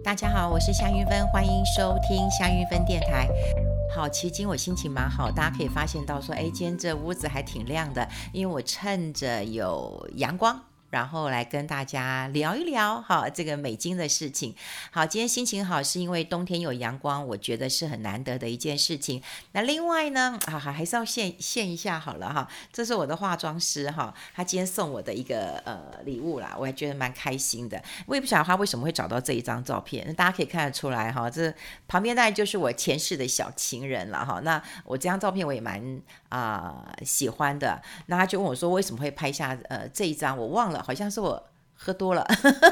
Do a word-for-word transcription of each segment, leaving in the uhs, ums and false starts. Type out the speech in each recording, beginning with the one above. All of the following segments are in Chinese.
大家好，我是夏云芬，欢迎收听夏云芬电台。好，其实今天我心情蛮好，大家可以发现到说，哎，今天这屋子还挺亮的，因为我趁着有阳光，然后来跟大家聊一聊好这个美金的事情。好，今天心情好是因为冬天有阳光，我觉得是很难得的一件事情。那另外呢，啊还是要献献一下好了哈，这是我的化妆师哈，他今天送我的一个呃礼物啦，我还觉得蛮开心的。我也不晓得他为什么会找到这一张照片，大家可以看得出来哈，这旁边当然就是我前世的小情人了哈。那我这张照片我也蛮啊、呃、喜欢的。那他就问我说为什么会拍下呃这一张，我忘了。好像是我喝多了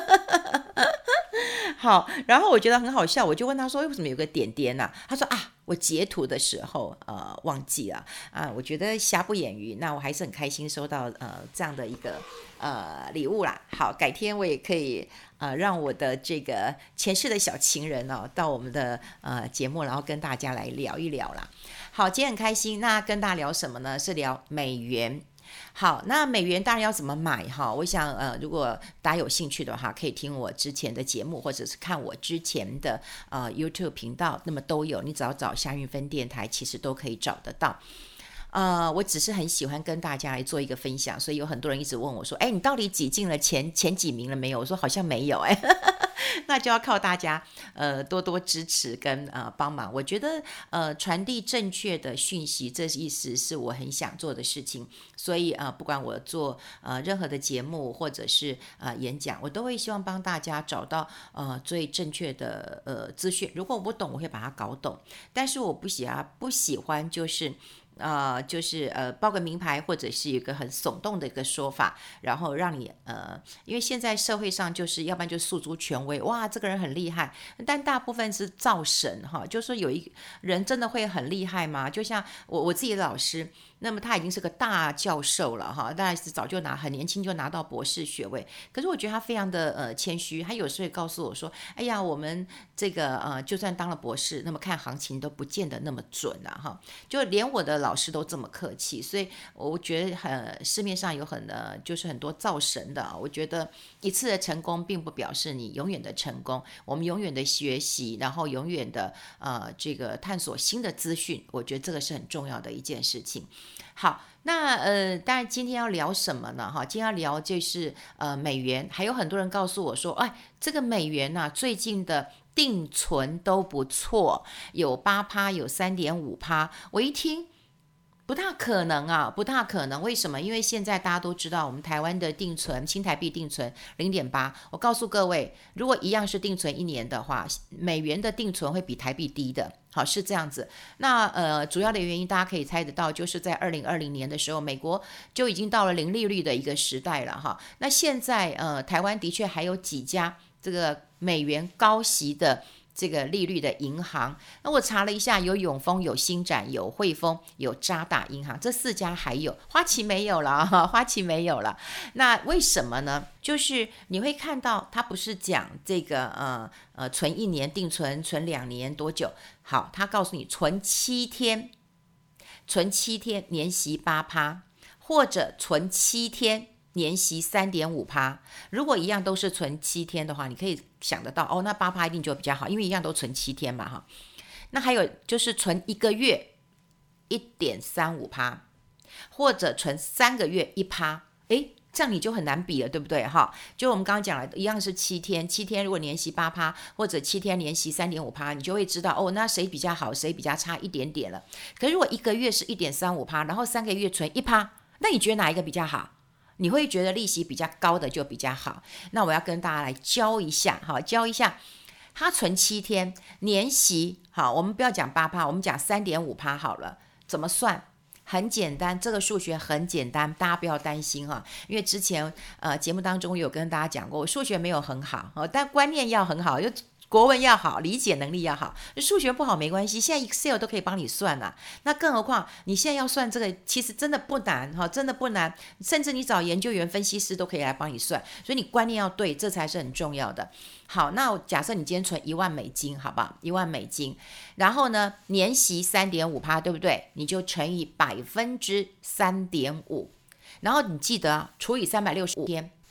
好，然后我觉得很好笑，我就问他说为什么有个点点啊？他说啊我截图的时候呃忘记了啊，我觉得瑕不掩瑜，那我还是很开心收到呃这样的一个呃礼物啦。好，改天我也可以呃让我的这个前世的小情人哦到我们的呃节目，然后跟大家来聊一聊啦。好，今天很开心，那跟大家聊什么呢？是聊美元。好，那美元当然要怎么买哈？我想呃，如果大家有兴趣的话，可以听我之前的节目，或者是看我之前的呃 YouTube 频道，那么都有，你只要找夏运分电台，其实都可以找得到。呃，我只是很喜欢跟大家来做一个分享，所以有很多人一直问我说，哎，你到底挤进了前前几名了没有？我说好像没有哎。那就要靠大家呃多多支持跟呃帮忙。我觉得呃传递正确的讯息，这意思是我很想做的事情。所以呃不管我做呃任何的节目或者是呃演讲，我都会希望帮大家找到呃最正确的呃资讯。如果我不懂，我会把它搞懂。但是我不喜欢不喜欢就是呃，就是呃，报个名牌，或者是一个很耸动的一个说法，然后让你呃，因为现在社会上就是要不然就诉诸权威，哇，这个人很厉害，但大部分是造神哈，就是说有一人真的会很厉害吗？就像我我自己的老师。那么他已经是个大教授了哈，当然是早就拿很年轻就拿到博士学位。可是我觉得他非常的呃谦虚，他有时候也告诉我说：“哎呀，我们这个呃，就算当了博士，那么看行情都不见得那么准啊哈。”就连我的老师都这么客气，所以我觉得很市面上有很呃就是很多造神的。我觉得一次的成功并不表示你永远的成功，我们永远的学习，然后永远的呃这个探索新的资讯，我觉得这个是很重要的一件事情。好，那呃，当然今天要聊什么呢？哈，今天要聊就是呃美元，还有很多人告诉我说，哎，这个美元呐、啊，最近的定存都不错，有八趴，有三点五趴。我一听。不大可能啊，不大可能。为什么？因为现在大家都知道，我们台湾的定存，新台币定存零点八。我告诉各位，如果一样是定存一年的话，美元的定存会比台币低的。好，是这样子。那呃，主要的原因大家可以猜得到，就是在二零二零年的时候，美国就已经到了零利率的一个时代了哈。那现在呃，台湾的确还有几家这个美元高息的。这个利率的银行，那我查了一下，有永丰、有新展、有汇丰、有渣打银行，这四家还有花旗没有了哈，花旗没有了。那为什么呢？就是你会看到，它不是讲这个呃呃存一年定存，存两年多久？好，他告诉你存七天，存七天年息八趴，或者存七天。年息三点五趴，如果一样都是存七天的话，你可以想得到哦，那八趴一定就比较好，因为一样都存七天嘛哈。那还有就是存一个月一点三五趴，或者存三个月一趴，诶，这样你就很难比了，对不对哈？就我们刚刚讲了，一样是七天，七天如果年息八趴，或者七天年息三点五趴，你就会知道哦，那谁比较好，谁比较差一点点了。可是如果一个月是一点三五趴，然后三个月存一趴，那你觉得哪一个比较好？你会觉得利息比较高的就比较好。那我要跟大家来教一下，好，教一下，他存七天，年息，好，我们不要讲八趴，我们讲三点五趴好了，怎么算？很简单，这个数学很简单，大家不要担心哈，因为之前呃节目当中有跟大家讲过，我数学没有很好，但观念要很好，就国文要好，理解能力要好，数学不好没关系，现在 Excel 都可以帮你算了、啊。那更何况你现在要算这个，其实真的不难哈，真的不难，甚至你找研究员、分析师都可以来帮你算。所以你观念要对，这才是很重要的。好，那假设你今天存一万美金，好不好？一万美金，然后呢，年息三点五趴，对不对？你就乘以百分之三点五，然后你记得除以三百六十五天。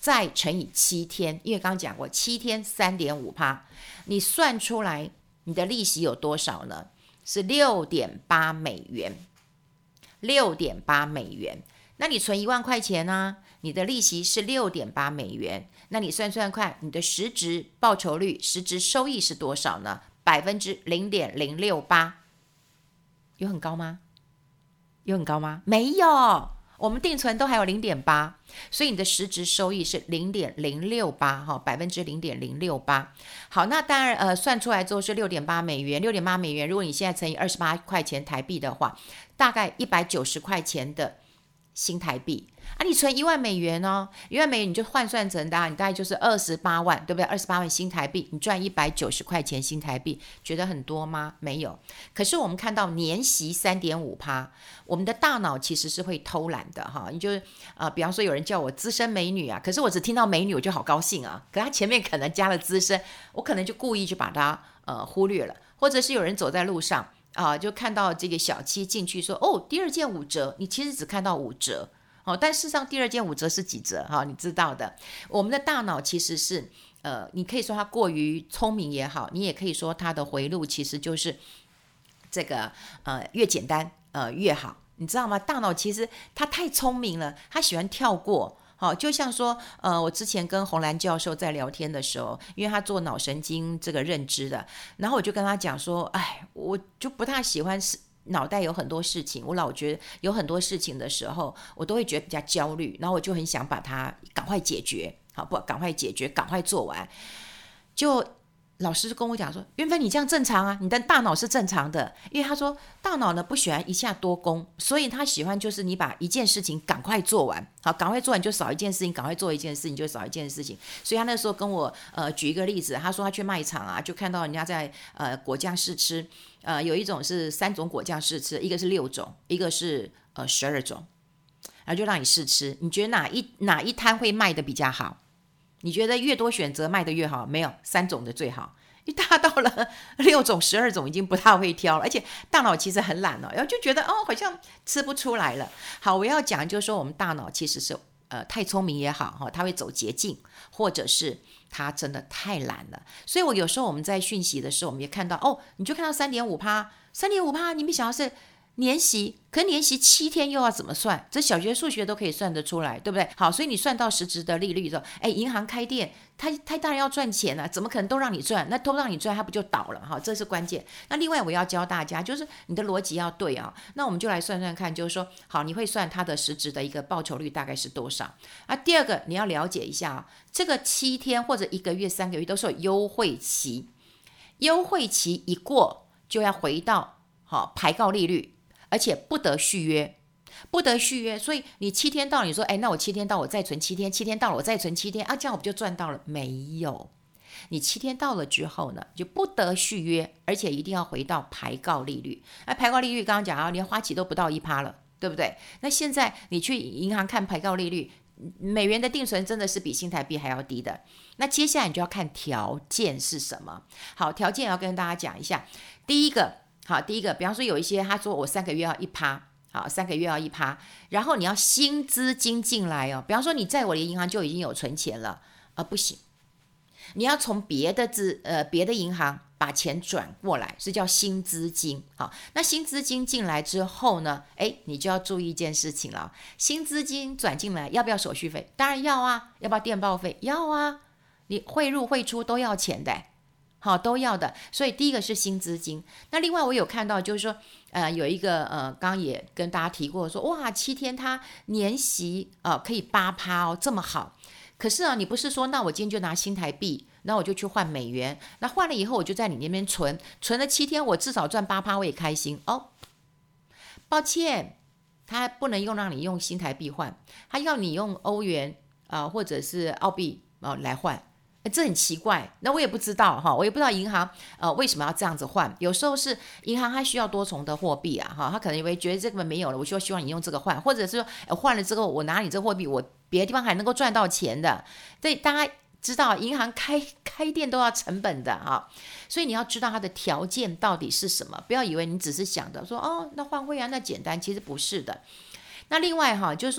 再乘以七天，因为刚刚讲过七天 三点五趴， 你算出来你的利息有多少呢？是 六点八美元， 六点八美元。那你存一万块钱呢、啊，你的利息是 六点八美元，那你算算看，你的实质报酬率、实质收益是多少呢？ 百分之零点零六八， 有很高吗？有很高吗？没有，我们定存都还有 零点八， 所以你的实质收益是 零点零六八， 百分之零点零六八。好，那当然呃，算出来之后是 六点八美元， 六点八美元，如果你现在乘以二十八块钱台币的话，大概一百九十块钱的新台币啊，你存一万美元哦，一万美元你就换算成大，你大概就是二十八万，对不对？二十八万新台币，你赚一百九十块钱新台币，觉得很多吗？没有。可是我们看到年息 三点五趴， 我们的大脑其实是会偷懒的哈。你就呃，比方说有人叫我资深美女啊，可是我只听到美女我就好高兴啊，可他前面可能加了资深，我可能就故意就把它呃忽略了，或者是有人走在路上。啊，就看到这个小七进去说，哦，第二件五折，你其实只看到五折，哦，但事实上第二件五折是几折？哈、哦，你知道的。我们的大脑其实是，呃，你可以说它过于聪明也好，你也可以说它的回路其实就是这个，呃，越简单呃越好，你知道吗？大脑其实它太聪明了，它喜欢跳过。好，就像说，呃，我之前跟洪兰教授在聊天的时候，因为他做脑神经这个认知的，然后我就跟他讲说，哎，我就不太喜欢是脑袋有很多事情，我老觉得有很多事情的时候，我都会觉得比较焦虑，然后我就很想把它赶快解决，好不，赶快解决，赶快做完，就。老师就跟我讲说，云芬你这样正常啊，你的大脑是正常的，因为他说大脑呢不喜欢一下多工，所以他喜欢就是你把一件事情赶快做完，好，赶快做完就少一件事情，赶快做一件事情就少一件事情。所以他那时候跟我呃举一个例子，他说他去卖场啊，就看到人家在呃果酱试吃，呃有一种是三种果酱试吃，一个是六种，一个是呃十二种，然后就让你试吃，你觉得哪一哪一摊会卖的比较好？你觉得越多选择卖的越好？没有，三种的最好。一大到了六种、十二种，已经不太会挑了，而且大脑其实很懒了、哦，然后就觉得哦，好像吃不出来了。好，我要讲就是说，我们大脑其实是呃太聪明也好哈，它会走捷径，或者是它真的太懒了。所以我有时候我们在讯息的时候，我们也看到哦，你就看到三点五趴，三点五趴，你没想到是。年息，可年息七天又要怎么算？这小学数学都可以算得出来，对不对？好，所以你算到实质的利率之后，哎，银行开店，它它当然要赚钱了、啊，怎么可能都让你赚？那都让你赚，它不就倒了？哈，这是关键。那另外我要教大家，就是你的逻辑要对啊。那我们就来算算看，就是说，好，你会算它的实质的一个报酬率大概是多少？啊，第二个你要了解一下啊，这个七天或者一个月、三个月都是有优惠期，优惠期一过就要回到好排告利率。而且不得续约，不得续约，所以你七天到，你说，哎，那我七天到，我再存七天，七天到了，我再存七天啊，这样我不就赚到了？没有，你七天到了之后呢，就不得续约，而且一定要回到排告利率。那排告利率刚刚讲啊，连花期都不到一趴了，对不对？那现在你去银行看排告利率，美元的定存真的是比新台币还要低的。那接下来你就要看条件是什么。好，条件要跟大家讲一下，第一个。好，第一个，比方说有一些他说我三个月要一趴，好，三个月要一趴，然后你要新资金进来哦，比方说你在我的银行就已经有存钱了，呃，不行，你要从别的资呃别的银行把钱转过来，是叫新资金。好，那新资金进来之后呢，哎，你就要注意一件事情了，新资金转进来要不要手续费？当然要啊，要不要电报费？要啊，你汇入汇出都要钱的。好，都要的，所以第一个是新资金。那另外我有看到，就是说，呃，有一个呃，刚刚也跟大家提过说，哇，七天它年息呃可以八趴哦，这么好。可是啊，你不是说，那我今天就拿新台币，那我就去换美元，那换了以后我就在你那边存，存了七天，我至少赚八趴，我也开心哦。抱歉，他不能用让你用新台币换，他要你用欧元啊、呃、或者是澳币啊、呃、来换。这很奇怪，那我也不知道哈，我也不知道银行呃为什么要这样子换。有时候是银行它需要多重的货币啊，哈，他可能以为觉得这个没有了，我就希望你用这个换，或者是说、呃、换了之后我拿你这个货币，我别的地方还能够赚到钱的。所以大家知道，银行开开店都要成本的哈，所以你要知道它的条件到底是什么，不要以为你只是想的说哦，那换汇啊，那简单，其实不是的。那另外哈，就是说，哎。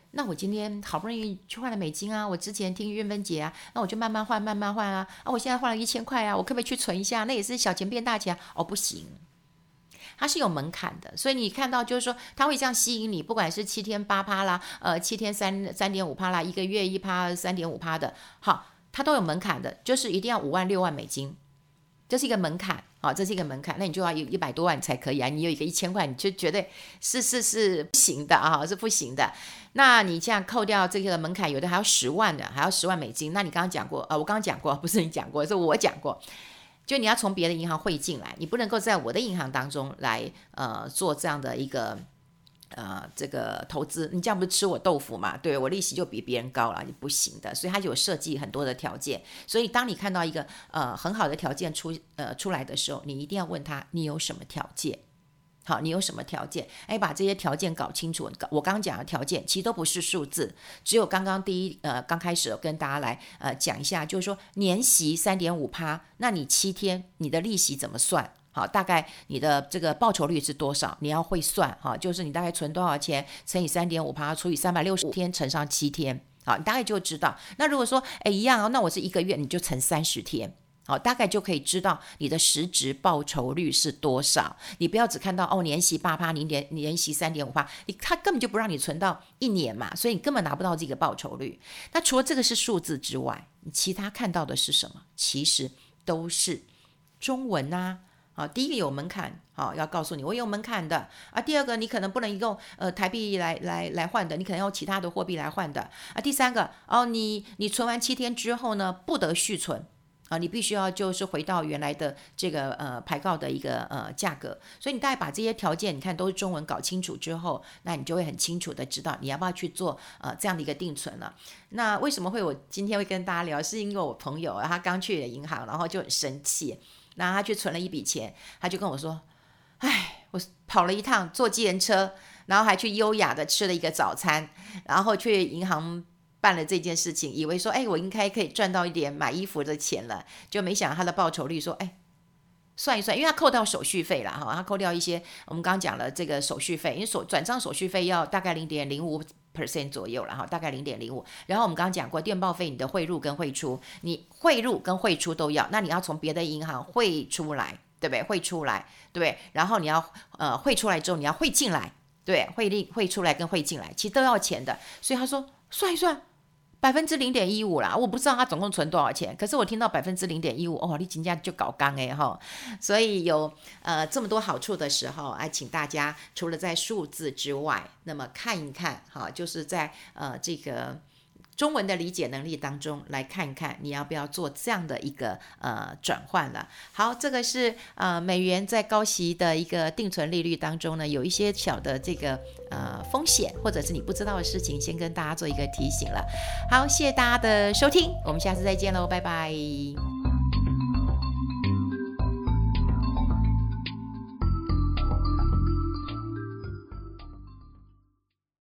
那我今天好不容易去换了美金啊，我之前听韵芬姐啊，那我就慢慢换慢慢换啊，啊，我现在换了一千块啊，我可不可以去存一下？那也是小钱变大钱啊。哦，不行。它是有门槛的，所以你看到就是说，它会这样吸引你，不管是七天八趴啦，呃，七天三三点五趴啦，一个月一趴三点五趴的，好，它都有门槛的，就是一定要五万六万美金，这是一个门槛，好，这是一个门槛，那你就要有一百多万才可以啊，你有一个一千块，你就绝对是是是不行的啊，是不行的。那你这样扣掉这个门槛，有的还要十万的，还要十万美金，那你刚刚讲过，呃，我刚刚讲过，不是你讲过，是我讲过。就你要从别的银行汇进来，你不能够在我的银行当中来呃做这样的一个呃这个投资，你这样不是吃我豆腐嘛？对，我利息就比别人高了，你不行的。所以它有设计很多的条件，所以当你看到一个呃很好的条件出呃出来的时候，你一定要问他你有什么条件。好，你有什么条件？哎，把这些条件搞清楚。我刚刚讲的条件其实都不是数字，只有刚刚第一呃刚开始跟大家来呃讲一下，就是说年息三点五趴，那你七天你的利息怎么算？好，大概你的这个报酬率是多少？你要会算哈，就是你大概存多少钱乘以三点五趴除以三百六十五天乘上七天，好，你大概就知道。那如果说哎一样哦，那我是一个月，你就乘三十天。好，大概就可以知道你的实质报酬率是多少。你不要只看到哦年息八趴，你年年息三点五趴，你他根本就不让你存到一年嘛，所以你根本拿不到这个报酬率。那除了这个是数字之外，你其他看到的是什么？其实都是中文啊。好，第一个有门槛，好，要告诉你我有门槛的啊。第二个，你可能不能用呃台币来来来换的，你可能用其他的货币来换的啊。第三个，哦，你你存完七天之后呢，不得续存。啊，你必须要就是回到原来的这个呃牌告的一个呃价格，所以你大概把这些条件你看都是中文搞清楚之后，那你就会很清楚的知道你要不要去做呃这样的一个定存了。那为什么会我今天会跟大家聊，是因为我朋友他刚去了银行，然后就很生气，然后他去存了一笔钱，他就跟我说，哎，我跑了一趟坐计程车，然后还去优雅的吃了一个早餐，然后去银行办了这件事情，以为说，哎，我应该可以赚到一点买衣服的钱了，就没想到他的报酬率说，哎，算一算，因为他扣掉手续费了哈，他扣掉一些我们刚刚讲了这个手续费，因为手转账手续费要大概零点零五 percent 左右了哈，大概零点零五。然后我们刚刚讲过，电报费你的汇入跟汇出，你汇入跟汇出都要，那你要从别的银行汇出来，对不对？汇出来，对不对？然后你要呃汇出来之后，你要汇进来，对，汇利汇出来跟汇进来，其实都要钱的。所以他说算一算。百分之零点一五啦，我不知道他总共存多少钱，可是我听到百分之零点一五，哦，你真正就搞刚哎哈，所以有呃这么多好处的时候，哎，请大家除了在数字之外，那么看一看哈，就是在呃这个中文的理解能力当中来看一看，你要不要做这样的一个呃转换了。好，这个是呃美元在高息的一个定存利率当中呢，有一些小的这个呃风险，或者是你不知道的事情，先跟大家做一个提醒了。好，谢谢大家的收听，我们下次再见喽，拜拜。